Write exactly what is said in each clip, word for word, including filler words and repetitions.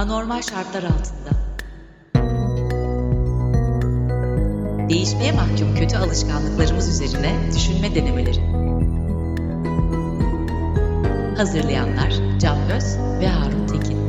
Anormal şartlar altında. Değişmeye mahkum kötü alışkanlıklarımız üzerine düşünme denemeleri. Hazırlayanlar Can Öz ve Harun Tekin.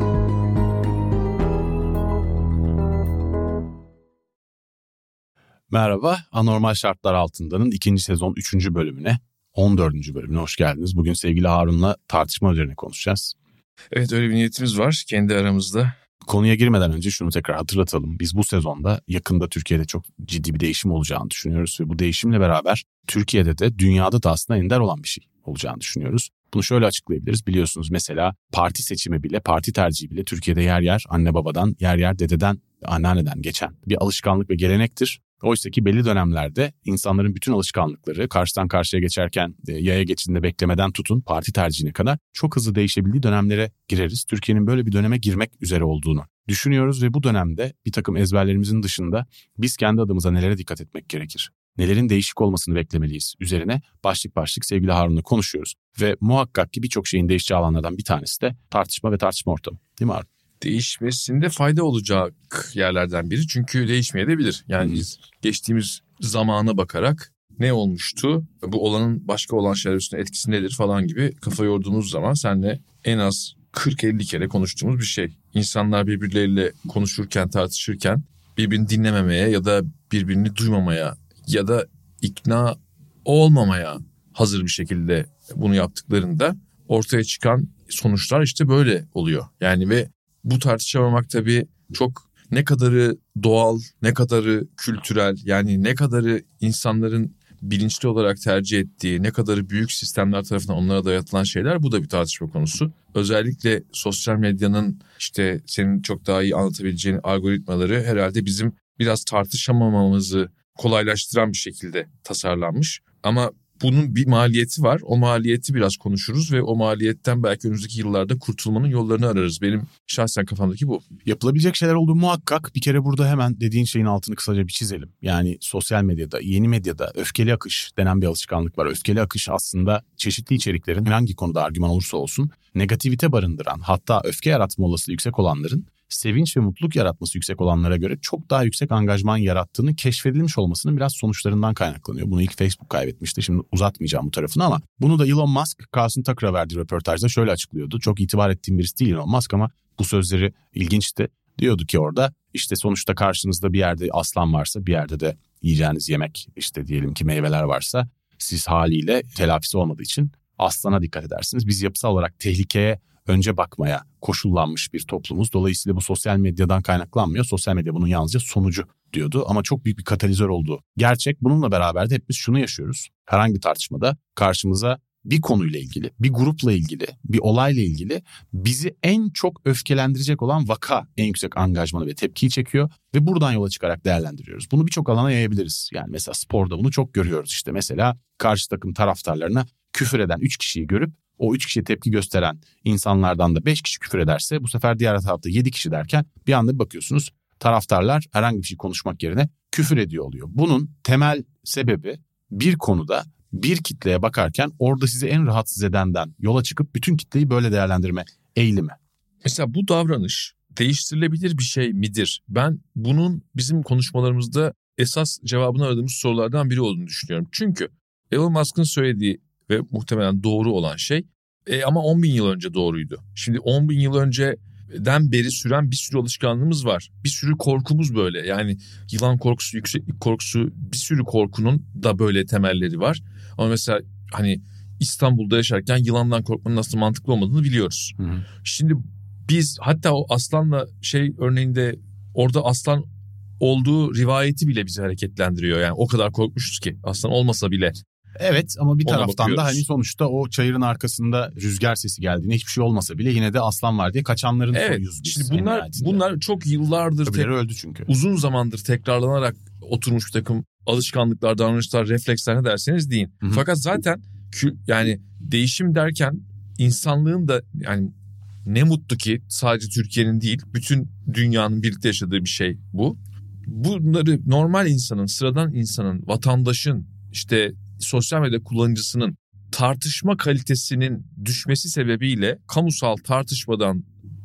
Merhaba, Anormal Şartlar Altında'nın ikinci sezon üçüncü bölümüne, on dördüncü bölümüne hoş geldiniz. Bugün sevgili Harun'la tartışma üzerine konuşacağız. Evet, öyle bir niyetimiz var kendi aramızda. Konuya girmeden önce şunu tekrar hatırlatalım. Biz bu sezonda yakında Türkiye'de çok ciddi bir değişim olacağını düşünüyoruz ve bu değişimle beraber Türkiye'de de dünyada da aslında ender olan bir şey olacağını düşünüyoruz. Bunu şöyle açıklayabiliriz. Biliyorsunuz mesela parti seçimi bile, parti tercihi bile Türkiye'de yer yer anne babadan, yer yer dededen, anneanneden geçen bir alışkanlık ve gelenektir. Oysa ki belli dönemlerde insanların bütün alışkanlıkları karşıdan karşıya geçerken yaya geçidinde beklemeden tutun parti tercihine kadar çok hızlı değişebildiği dönemlere gireriz. Türkiye'nin böyle bir döneme girmek üzere olduğunu düşünüyoruz ve bu dönemde bir takım ezberlerimizin dışında biz kendi adımıza nelere dikkat etmek gerekir? Nelerin değişik olmasını beklemeliyiz üzerine başlık başlık sevgili Harun'la konuşuyoruz. Ve muhakkak ki birçok şeyin değişeceği alanlardan bir tanesi de tartışma ve tartışma ortamı. Değil mi Harun? Değişmesinde fayda olacak yerlerden biri. Çünkü değişmeye de bilir. Yani biz geçtiğimiz zamana bakarak ne olmuştu, bu olanın başka olan şeyler üstüne etkisi nedir falan gibi kafa yorduğumuz zaman seninle en az kırk elli kere konuştuğumuz bir şey. İnsanlar birbirleriyle konuşurken, tartışırken birbirini dinlememeye ya da birbirini duymamaya ya da ikna olmamaya hazır bir şekilde bunu yaptıklarında ortaya çıkan sonuçlar işte böyle oluyor. Yani ve bu tartışamamak tabii çok ne kadarı doğal, ne kadarı kültürel, yani ne kadarı insanların bilinçli olarak tercih ettiği, ne kadarı büyük sistemler tarafından onlara dayatılan şeyler, bu da bir tartışma konusu. Özellikle sosyal medyanın işte senin çok daha iyi anlatabileceğin algoritmaları herhalde bizim biraz tartışamamamızı kolaylaştıran bir şekilde tasarlanmış. Ama bunun bir maliyeti var. O maliyeti biraz konuşuruz ve o maliyetten belki önümüzdeki yıllarda kurtulmanın yollarını ararız. Benim şahsen kafamdaki bu. Yapılabilecek şeyler olduğu muhakkak. Bir kere burada hemen dediğin şeyin altını kısaca bir çizelim. Yani sosyal medyada, yeni medyada öfkeli akış denen bir alışkanlık var. Öfkeli akış aslında çeşitli içeriklerin hangi konuda argüman olursa olsun negativite barındıran, hatta öfke yaratma olasılığı yüksek olanların sevinç ve mutluluk yaratması yüksek olanlara göre çok daha yüksek angajman yarattığını keşfedilmiş olmasının biraz sonuçlarından kaynaklanıyor. Bunu ilk Facebook kaybetmişti. Şimdi uzatmayacağım bu tarafını ama bunu da Elon Musk, Carson Tucker'a verdiği röportajda şöyle açıklıyordu. Çok itibar ettiğim birisi değil Elon Musk ama bu sözleri ilginçti. Diyordu ki orada işte sonuçta karşınızda bir yerde aslan varsa, bir yerde de yiyeceğiniz yemek, işte diyelim ki meyveler varsa, siz haliyle telafisi olmadığı için aslana dikkat edersiniz. Biz yapısal olarak tehlikeye önce bakmaya koşullanmış bir toplumuz. Dolayısıyla bu sosyal medyadan kaynaklanmıyor. Sosyal medya bunun yalnızca sonucu diyordu ama çok büyük bir katalizör olduğu gerçek. Bununla beraber de hep biz şunu yaşıyoruz. Herhangi bir tartışmada karşımıza bir konuyla ilgili, bir grupla ilgili, bir olayla ilgili bizi en çok öfkelendirecek olan vaka en yüksek angajmanı ve tepkiyi çekiyor ve buradan yola çıkarak değerlendiriyoruz. Bunu birçok alana yayabiliriz. Yani mesela sporda bunu çok görüyoruz işte. Mesela karşı takım taraftarlarına küfür eden üç kişiyi görüp o üç kişiye tepki gösteren insanlardan da beş kişi küfür ederse bu sefer diğer tarafta yedi kişi derken bir anda bir bakıyorsunuz taraftarlar herhangi bir şey konuşmak yerine küfür ediyor oluyor. Bunun temel sebebi bir konuda bir kitleye bakarken orada sizi en rahatsız edenden yola çıkıp bütün kitleyi böyle değerlendirme eğilimi. Mesela bu davranış değiştirilebilir bir şey midir? Ben bunun bizim konuşmalarımızda esas cevabını aradığımız sorulardan biri olduğunu düşünüyorum. Çünkü Elon Musk'ın söylediği ve muhtemelen doğru olan şey e, ama on bin yıl önce doğruydu. Şimdi on bin yıl önceden beri süren bir sürü alışkanlığımız var. Bir sürü korkumuz böyle. Yani yılan korkusu, yükseklik korkusu, bir sürü korkunun da böyle temelleri var. Ama mesela hani İstanbul'da yaşarken yılandan korkmanın nasıl mantıklı olmadığını biliyoruz. Hı hı. Şimdi biz hatta o aslanla şey örneğinde orada aslan olduğu rivayeti bile bizi hareketlendiriyor. Yani o kadar korkmuşuz ki aslan olmasa bile. Evet ama bir Ona taraftan bakıyoruz. da hani sonuçta o çayırın arkasında rüzgar sesi geldiğinde hiçbir şey olmasa bile yine de aslan var diye kaçanların evet, soyuyuz biz. Şimdi bunlar bunlar çok yıllardır tek, öldü çünkü. uzun zamandır tekrarlanarak oturmuş bir takım alışkanlıklar, davranışlar, refleksler ne derseniz deyin. Hı-hı. Fakat zaten yani değişim derken insanlığın da yani ne mutlu ki sadece Türkiye'nin değil bütün dünyanın birlikte yaşadığı bir şey bu. Bunları normal insanın, sıradan insanın, vatandaşın, işte sosyal medya kullanıcısının tartışma kalitesinin düşmesi sebebiyle kamusal tartışmadan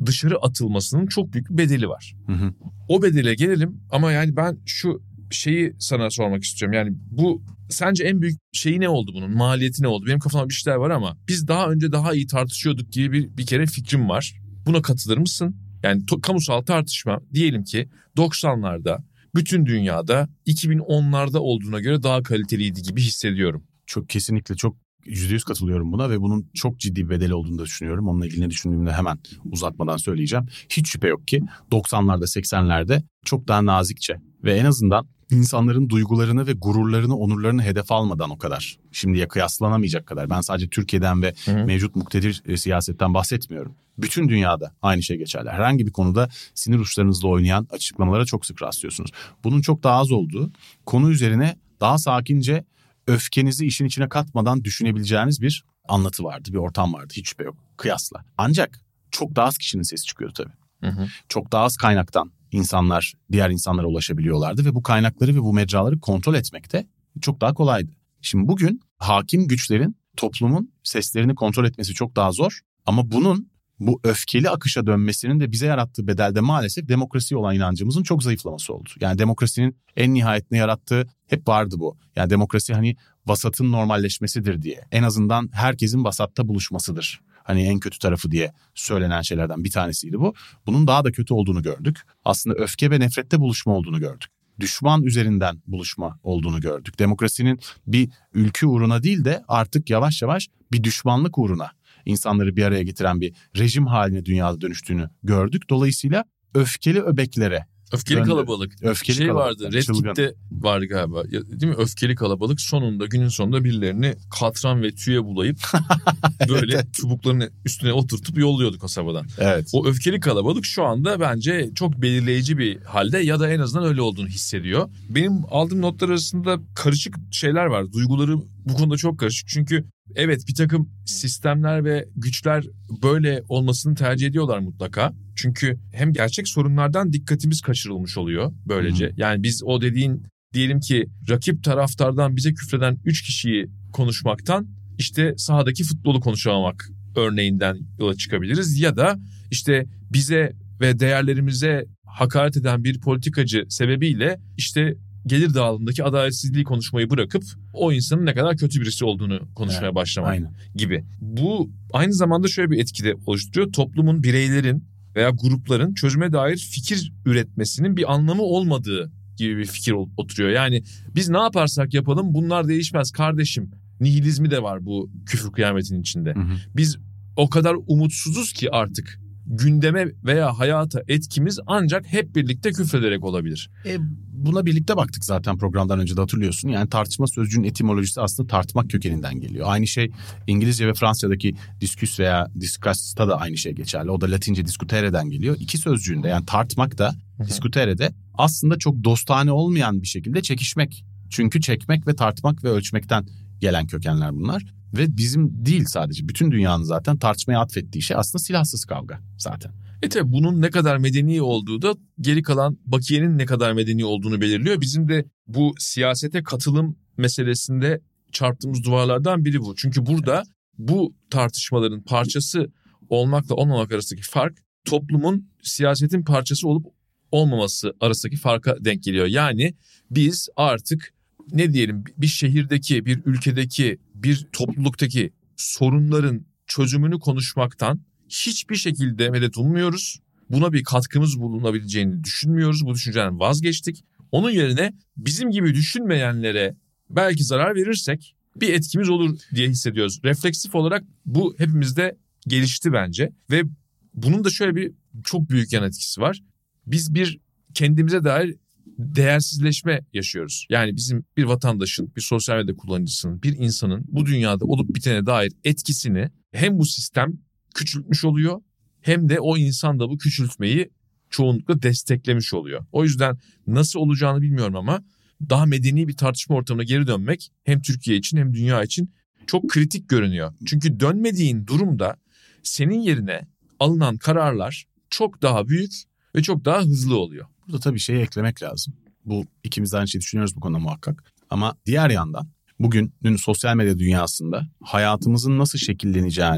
dışarı atılmasının çok büyük bir bedeli var. Hı hı. O bedele gelelim ama yani ben şu şeyi sana sormak istiyorum. Yani bu sence en büyük şeyi ne oldu bunun? Maliyeti ne oldu? Benim kafamda bir şeyler var ama biz daha önce daha iyi tartışıyorduk gibi bir, bir kere fikrim var. Buna katılır mısın? Yani to, kamusal tartışma diyelim ki doksanlarda bütün dünyada iki bin onlarda olduğuna göre daha kaliteliydi gibi hissediyorum. Çok kesinlikle çok yüzde yüz katılıyorum buna ve bunun çok ciddi bir bedeli olduğunu da düşünüyorum. Onunla ilgili ne düşündüğümü de hemen uzatmadan söyleyeceğim. Hiç şüphe yok ki doksanlarda seksenlerde çok daha nazikçe ve en azından insanların duygularını ve gururlarını, onurlarını hedef almadan o kadar. Şimdiye kıyaslanamayacak kadar. Ben sadece Türkiye'den ve hı hı. mevcut muktedir e, siyasetten bahsetmiyorum. Bütün dünyada aynı şey geçerli. Herhangi bir konuda sinir uçlarınızla oynayan açıklamalara çok sık rastlıyorsunuz. Bunun çok daha az olduğu, konu üzerine daha sakince öfkenizi işin içine katmadan düşünebileceğiniz bir anlatı vardı, bir ortam vardı. Hiç şüphe yok. Kıyasla. Ancak çok daha az kişinin sesi çıkıyordu tabii. Hı hı. Çok daha az kaynaktan insanlar diğer insanlara ulaşabiliyorlardı ve bu kaynakları ve bu mecraları kontrol etmek de çok daha kolaydı. Şimdi bugün hakim güçlerin toplumun seslerini kontrol etmesi çok daha zor ama bunun bu öfkeli akışa dönmesinin de bize yarattığı bedelde maalesef demokrasiye olan inancımızın çok zayıflaması oldu. Yani demokrasinin en nihayetinde yarattığı hep vardı bu. Yani demokrasi hani vasatın normalleşmesidir diye. En azından herkesin vasatta buluşmasıdır. Hani en kötü tarafı diye söylenen şeylerden bir tanesiydi bu. Bunun daha da kötü olduğunu gördük. Aslında öfke ve nefrette buluşma olduğunu gördük. Düşman üzerinden buluşma olduğunu gördük. Demokrasinin bir ülke uğruna değil de artık yavaş yavaş bir düşmanlık uğruna insanları bir araya getiren bir rejim haline dünyada dönüştüğünü gördük. Dolayısıyla öfkeli öbeklere Öfkeli döndü. Öfkeli Öfkeli şey kalabalık. Vardı. Red Kit'te vardı galiba. Değil mi? Öfkeli kalabalık sonunda günün sonunda birilerini katran ve tüye bulayıp böyle evet. çubuklarını üstüne oturtup yolluyorduk kasabadan. Evet. O öfkeli kalabalık şu anda bence çok belirleyici bir halde ya da en azından öyle olduğunu hissediyor. Benim aldığım notlar arasında karışık şeyler var. Duyguları bu konuda çok karışık. Çünkü evet bir takım sistemler ve güçler böyle olmasını tercih ediyorlar mutlaka. Çünkü hem gerçek sorunlardan dikkatimiz kaçırılmış oluyor böylece. Hmm. Yani biz o dediğin diyelim ki rakip taraftardan bize küfreden üç kişiyi konuşmaktan işte sahadaki futbolu konuşamamak örneğinden yola çıkabiliriz. Ya da işte bize ve değerlerimize hakaret eden bir politikacı sebebiyle işte gelir dağılımındaki adaletsizliği konuşmayı bırakıp o insanın ne kadar kötü birisi olduğunu konuşmaya evet, başlamak aynen. gibi. Bu aynı zamanda şöyle bir etki de oluşturuyor. Toplumun, bireylerin veya grupların çözüme dair fikir üretmesinin bir anlamı olmadığı gibi bir fikir oturuyor. Yani biz ne yaparsak yapalım bunlar değişmez kardeşim. Nihilizmi de var bu küfür kıyametinin içinde. Hı hı. Biz o kadar umutsuzuz ki artık gündeme veya hayata etkimiz ancak hep birlikte küfrederek olabilir. E, buna birlikte baktık zaten programdan önce de hatırlıyorsun. Yani tartışma sözcüğünün etimolojisi aslında tartmak kökeninden geliyor. Aynı şey İngilizce ve Fransızca'daki diskus veya discuss'ta da aynı şey geçerli. O da Latince discutere'den geliyor. İki sözcüğünde yani tartmak da discutere'de aslında çok dostane olmayan bir şekilde çekişmek. Çünkü çekmek ve tartmak ve ölçmekten gelen kökenler bunlar. Ve bizim değil sadece bütün dünyanın zaten tartışmaya atfettiği şey aslında silahsız kavga zaten. E tabi bunun ne kadar medeni olduğu da geri kalan bakiyenin ne kadar medeni olduğunu belirliyor. Bizim de bu siyasete katılım meselesinde çarptığımız duvarlardan biri bu. Çünkü burada bu tartışmaların parçası olmakla olmamak arasındaki fark toplumun siyasetin parçası olup olmaması arasındaki farka denk geliyor. Yani biz artık ne diyelim bir şehirdeki, bir ülkedeki, bir topluluktaki sorunların çözümünü konuşmaktan hiçbir şekilde medet ummuyoruz. Buna bir katkımız bulunabileceğini düşünmüyoruz. Bu düşünceden vazgeçtik. Onun yerine bizim gibi düşünmeyenlere belki zarar verirsek bir etkimiz olur diye hissediyoruz. Refleksif olarak bu hepimizde gelişti bence. Ve bunun da şöyle bir çok büyük yan etkisi var. Biz bir kendimize dair değersizleşme yaşıyoruz. Yani bizim bir vatandaşın, bir sosyal medya kullanıcısının, bir insanın bu dünyada olup bitene dair etkisini hem bu sistem küçültmüş oluyor hem de o insan da bu küçültmeyi çoğunlukla desteklemiş oluyor. O yüzden nasıl olacağını bilmiyorum ama daha medeni bir tartışma ortamına geri dönmek hem Türkiye için hem dünya için çok kritik görünüyor. Çünkü dönmediğin durumda senin yerine alınan kararlar çok daha büyük ve çok daha hızlı oluyor. Burada tabii şeyi eklemek lazım. Bu ikimiz de aynı şeyi düşünüyoruz bu konuda muhakkak. Ama diğer yandan bugünün sosyal medya dünyasında hayatımızın nasıl şekilleneceğini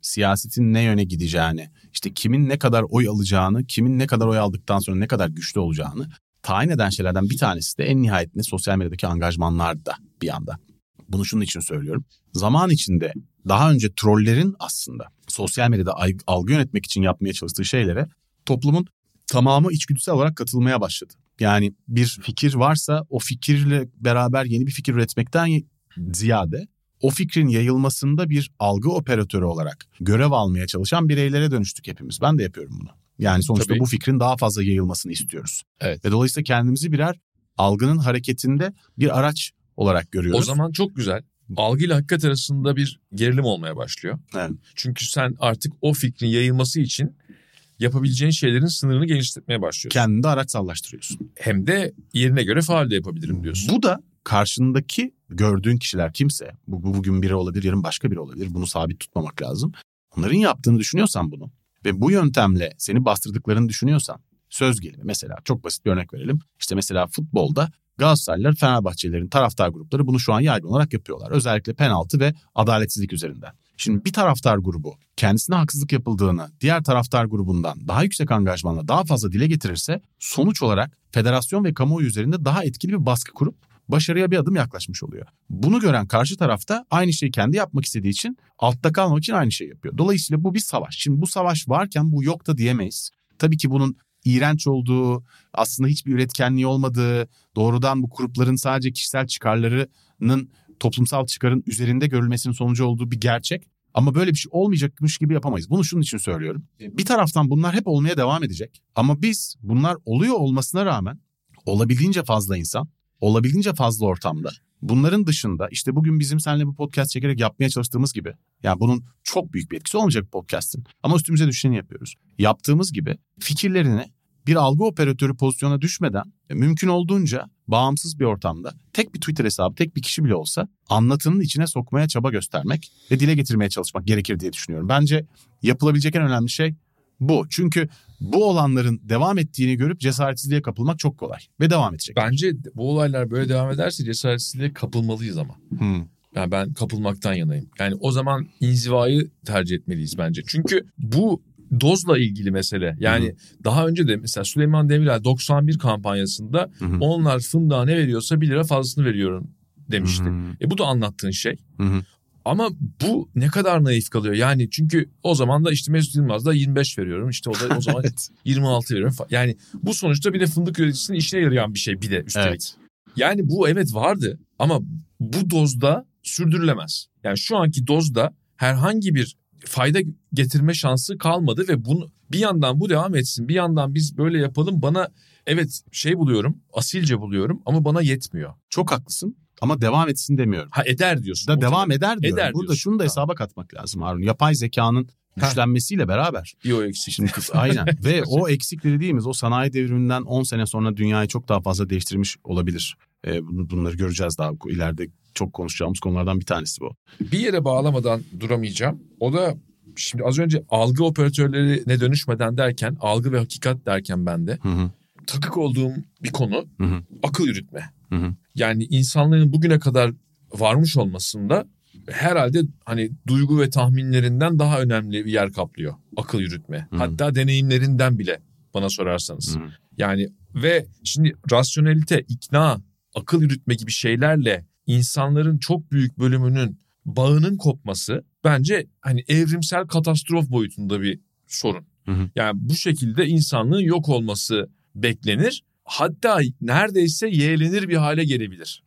siyasetin ne yöne gideceğini, işte kimin ne kadar oy alacağını, kimin ne kadar oy aldıktan sonra ne kadar güçlü olacağını tayin eden şeylerden bir tanesi de en nihayetinde sosyal medyadaki angajmanlar da bir anda. Bunu şunun için söylüyorum. Zaman içinde daha önce trollerin aslında sosyal medyada algı yönetmek için yapmaya çalıştığı şeylere toplumun tamamı içgüdüsel olarak katılmaya başladı. Yani bir fikir varsa o fikirle beraber yeni bir fikir üretmekten ziyade o fikrin yayılmasında bir algı operatörü olarak görev almaya çalışan bireylere dönüştük hepimiz. Ben de yapıyorum bunu. Yani sonuçta Tabii. bu fikrin daha fazla yayılmasını istiyoruz. Evet. Ve dolayısıyla kendimizi birer algının hareketinde bir araç olarak görüyoruz. O zaman çok güzel. Algı ile hakikat arasında bir gerilim olmaya başlıyor. Evet. Çünkü sen artık o fikrin yayılması için yapabileceğin şeylerin sınırını genişletmeye başlıyorsun. Kendini de araçsallaştırıyorsun. Hem de yerine göre faal de yapabilirim diyorsun. Bu da karşındaki gördüğün kişiler kimse, bu, bu bugün biri olabilir, yarın başka biri olabilir. Bunu sabit tutmamak lazım. Onların yaptığını düşünüyorsan bunu ve bu yöntemle seni bastırdıklarını düşünüyorsan, söz gelimi mesela çok basit bir örnek verelim. İşte mesela futbolda Galatasaraylılar, Fenerbahçelilerin taraftar grupları bunu şu an yaygın olarak yapıyorlar. Özellikle penaltı ve adaletsizlik üzerinden. Şimdi bir taraftar grubu kendisine haksızlık yapıldığını diğer taraftar grubundan daha yüksek angajmanla daha fazla dile getirirse sonuç olarak federasyon ve kamuoyu üzerinde daha etkili bir baskı kurup başarıya bir adım yaklaşmış oluyor. Bunu gören karşı tarafta aynı şeyi kendi yapmak istediği için altta kalmak için aynı şeyi yapıyor. Dolayısıyla bu bir savaş. Şimdi bu savaş varken bu yok da diyemeyiz. Tabii ki bunun iğrenç olduğu, aslında hiçbir üretkenliği olmadığı, doğrudan bu grupların sadece kişisel çıkarlarının toplumsal çıkarın üzerinde görülmesinin sonucu olduğu bir gerçek. Ama böyle bir şey olmayacakmış gibi yapamayız. Bunu şunun için söylüyorum. Bir taraftan bunlar hep olmaya devam edecek. Ama biz bunlar oluyor olmasına rağmen olabildiğince fazla insan, olabildiğince fazla ortamda, bunların dışında işte bugün bizim seninle bu podcast çekerek yapmaya çalıştığımız gibi, yani bunun çok büyük bir etkisi olmayacak podcast'ın ama üstümüze düşeni yapıyoruz. Yaptığımız gibi fikirlerini bir algı operatörü pozisyona düşmeden mümkün olduğunca bağımsız bir ortamda tek bir Twitter hesabı, tek bir kişi bile olsa anlatının içine sokmaya çaba göstermek ve dile getirmeye çalışmak gerekir diye düşünüyorum. Bence yapılabilecek en önemli şey bu. Çünkü bu olanların devam ettiğini görüp cesaretsizliğe kapılmak çok kolay ve devam edecek. Bence bu olaylar böyle devam ederse cesaretsizliğe kapılmalıyız ama. Hmm. Yani ben kapılmaktan yanayım. Yani o zaman inzivayı tercih etmeliyiz bence. Çünkü bu dozla ilgili mesele. Yani Hı-hı. daha önce de mesela Süleyman Demirel doksan bir kampanyasında Hı-hı. onlar fındığa ne veriyorsa bir lira fazlasını veriyorum demişti. Hı-hı. E bu da anlattığın şey. Hı-hı. Ama bu ne kadar naif kalıyor. Yani çünkü o zaman da işte Mesut Yılmaz'da yirmi beş veriyorum. İşte o da o zaman evet. yirmi altı veriyorum falan. Yani bu sonuçta bir de fındık üreticisinin işine yarayan bir şey bir de üstelik. Evet. Yani bu evet vardı ama bu dozda sürdürülemez. Yani şu anki dozda herhangi bir fayda getirme şansı kalmadı ve bunu bir yandan bu devam etsin, bir yandan biz böyle yapalım. Bana evet şey buluyorum, asilce buluyorum ama bana yetmiyor. Çok haklısın ama devam etsin demiyorum. Ha eder diyorsun. Da devam eder diyorum. Eder Burada diyorsun. şunu da hesaba katmak lazım Harun. Yapay zekanın güçlenmesiyle beraber. Bir o eksik. Şimdi aynen ve o eksikleri dediğimiz o sanayi devriminden on sene sonra dünyayı çok daha fazla değiştirmiş olabilir. Ee, bunları göreceğiz daha ileride. Çok konuşacağımız konulardan bir tanesi bu. Bir yere bağlamadan duramayacağım. O da şimdi az önce algı operatörlerine dönüşmeden derken, algı ve hakikat derken ben de hı hı. takık olduğum bir konu hı hı. akıl yürütme. Hı hı. Yani insanların bugüne kadar varmış olmasında herhalde hani duygu ve tahminlerinden daha önemli bir yer kaplıyor akıl yürütme. Hı hı. Hatta deneyimlerinden bile bana sorarsanız. Hı hı. Yani ve şimdi rasyonelite, ikna, akıl yürütme gibi şeylerle insanların çok büyük bölümünün bağının kopması bence hani evrimsel katastrof boyutunda bir sorun. Hı hı. Yani bu şekilde insanlığın yok olması beklenir. Hatta neredeyse yeğlenir bir hale gelebilir.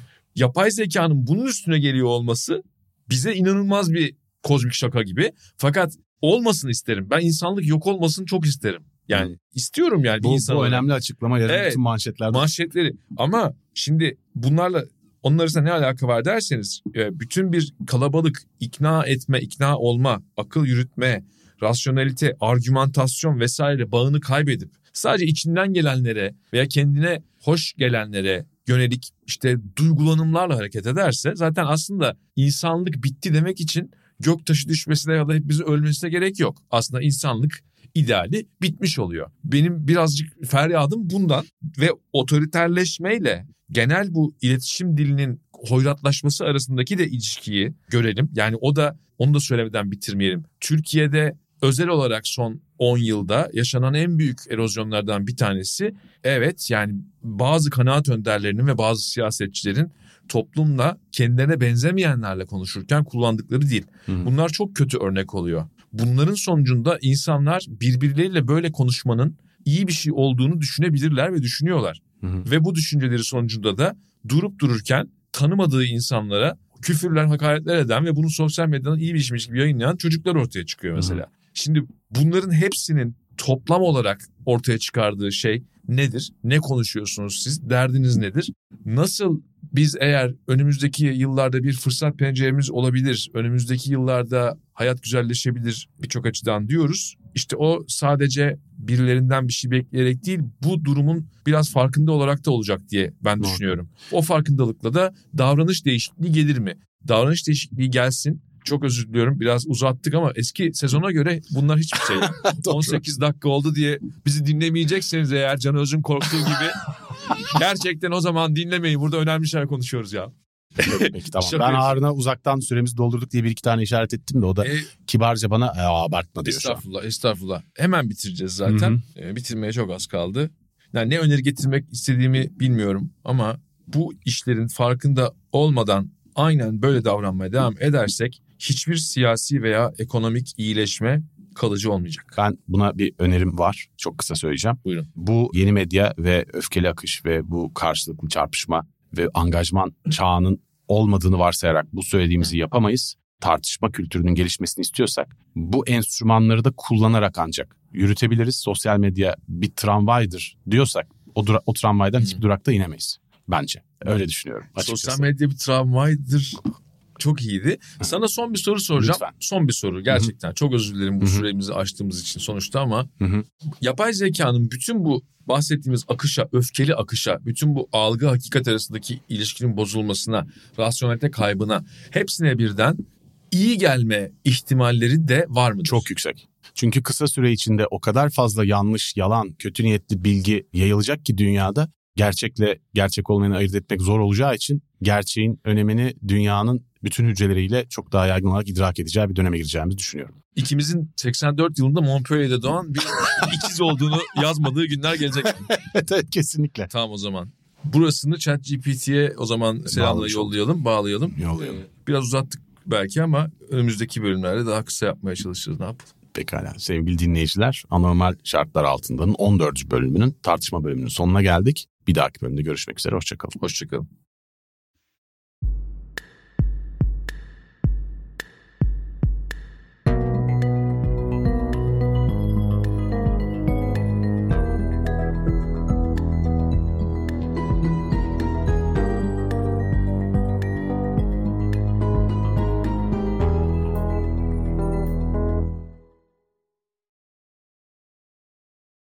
Yapay zekanın bunun üstüne geliyor olması bize inanılmaz bir kozmik şaka gibi. Fakat olmasını isterim. Ben insanlık yok olmasını çok isterim. Yani hmm. istiyorum yani. Bu, bir insan bu olarak. önemli açıklama yarın evet, bütün manşetlerde. Manşetleri ama şimdi bunlarla onun arasında ne alaka var derseniz bütün bir kalabalık ikna etme, ikna olma, akıl yürütme, rasyonelite, argümantasyon vesaire bağını kaybedip sadece içinden gelenlere veya kendine hoş gelenlere yönelik işte duygulanımlarla hareket ederse zaten aslında insanlık bitti demek için göktaşı düşmesine ya da hepimizin ölmesine gerek yok. Aslında insanlık ideali bitmiş oluyor. Benim birazcık feryadım bundan ve otoriterleşmeyle genel bu iletişim dilinin hoyratlaşması arasındaki de ilişkiyi görelim. Yani o da, onu da söylemeden bitirmeyelim. Türkiye'de özel olarak son on yılda yaşanan en büyük erozyonlardan bir tanesi, evet yani bazı kanaat önderlerinin ve bazı siyasetçilerin toplumla kendilerine benzemeyenlerle konuşurken kullandıkları dil. Hı. Bunlar çok kötü örnek oluyor. Bunların sonucunda insanlar birbirleriyle böyle konuşmanın iyi bir şey olduğunu düşünebilirler ve düşünüyorlar. Hı hı. Ve bu düşünceleri sonucunda da durup dururken tanımadığı insanlara küfürler, hakaretler eden ve bunu sosyal medyadan iyi bir işmiş gibi yayınlayan çocuklar ortaya çıkıyor mesela. Hı hı. Şimdi bunların hepsinin toplam olarak ortaya çıkardığı şey nedir? Ne konuşuyorsunuz siz? Derdiniz nedir? Nasıl biz eğer önümüzdeki yıllarda bir fırsat penceremiz olabilir, önümüzdeki yıllarda hayat güzelleşebilir birçok açıdan diyoruz. İşte o sadece birilerinden bir şey bekleyerek değil, bu durumun biraz farkında olarak da olacak diye ben düşünüyorum. O farkındalıkla da davranış değişikliği gelir mi? Davranış değişikliği gelsin. Çok özür diliyorum, biraz uzattık ama eski sezona göre bunlar hiçbir şey. on sekiz dakika oldu diye bizi dinlemeyecekseniz eğer Can Öz'ün korktuğu gibi gerçekten o zaman dinlemeyin. Burada önemli şeyler konuşuyoruz ya. Peki tamam. Ben Harun'a uzaktan süremizi doldurduk diye bir iki tane işaret ettim de o da e, kibarca bana abartma diyor şu an. Estağfurullah, estağfurullah. Hemen bitireceğiz zaten. E, bitirmeye çok az kaldı. Yani ne öneri getirmek istediğimi bilmiyorum ama bu işlerin farkında olmadan aynen böyle davranmaya devam edersek hiçbir siyasi veya ekonomik iyileşme kalıcı olmayacak. Ben buna bir önerim var. Çok kısa söyleyeceğim. Buyurun. Bu yeni medya ve öfkeli akış ve bu karşılıklı çarpışma ve angajman çağının olmadığını varsayarak bu söylediğimizi yapamayız. Tartışma kültürünün gelişmesini istiyorsak bu enstrümanları da kullanarak ancak yürütebiliriz. Sosyal medya bir tramvaydır diyorsak o, dura- o tramvaydan hmm. hiçbir durakta inemeyiz bence. Öyle düşünüyorum açıkçası. Sosyal medya bir tramvaydır. Çok iyiydi. Sana son bir soru soracağım. Lütfen. Son bir soru gerçekten. Hı-hı. Çok özür dilerim bu Hı-hı. süremizi açtığımız için sonuçta ama Hı-hı. yapay zekanın bütün bu bahsettiğimiz akışa, öfkeli akışa, bütün bu algı hakikat arasındaki ilişkinin bozulmasına, rasyonelite kaybına hepsine birden iyi gelme ihtimalleri de var mıdır? Çok yüksek. Çünkü kısa süre içinde o kadar fazla yanlış, yalan, kötü niyetli bilgi yayılacak ki dünyada gerçekle gerçek olmayanı ayırt etmek zor olacağı için gerçeğin önemini dünyanın bütün hücreleriyle çok daha yaygın olarak idrak edeceği bir döneme gireceğimizi düşünüyorum. İkimizin seksen dört yılında Montpellier'de doğan bir ikiz olduğunu yazmadığı günler gelecek. Evet, kesinlikle. Tamam o zaman. Burasını ChatGPT'ye o zaman selamla yollayalım, bağlayalım. Yollayalım. Biraz uzattık belki ama önümüzdeki bölümlerde daha kısa yapmaya çalışırız. Ne yapalım? Pekala sevgili dinleyiciler, Anormal Şartlar Altında'nın on dördüncü bölümünün tartışma bölümünün sonuna geldik. Bir dahaki bölümde görüşmek üzere, hoşçakalın. Hoşçakalın.